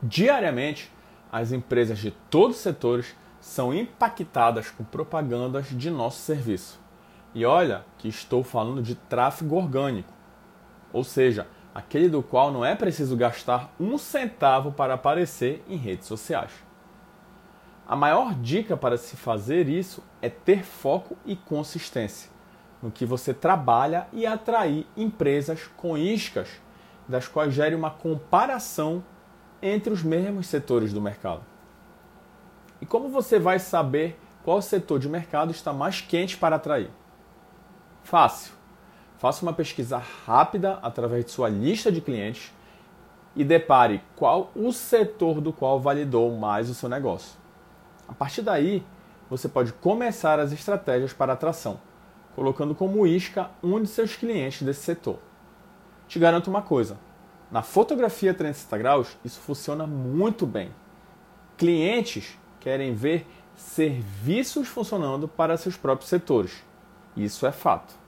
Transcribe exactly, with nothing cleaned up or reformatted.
Diariamente, as empresas de todos os setores são impactadas com propagandas de nosso serviço. E olha que estou falando de tráfego orgânico, ou seja, aquele do qual não é preciso gastar um centavo para aparecer em redes sociais. A maior dica para se fazer isso é ter foco e consistência no que você trabalha e atrair empresas com iscas das quais gere uma comparação entre os mesmos setores do mercado. E como você vai saber qual setor de mercado está mais quente para atrair? Fácil. Faça uma pesquisa rápida através de sua lista de clientes e depare qual o setor do qual validou mais o seu negócio. A partir daí, você pode começar as estratégias para atração, colocando como isca um de seus clientes desse setor. Te garanto uma coisa, na fotografia trezentos e sessenta graus, isso funciona muito bem. Clientes querem ver serviços funcionando para seus próprios setores. Isso é fato.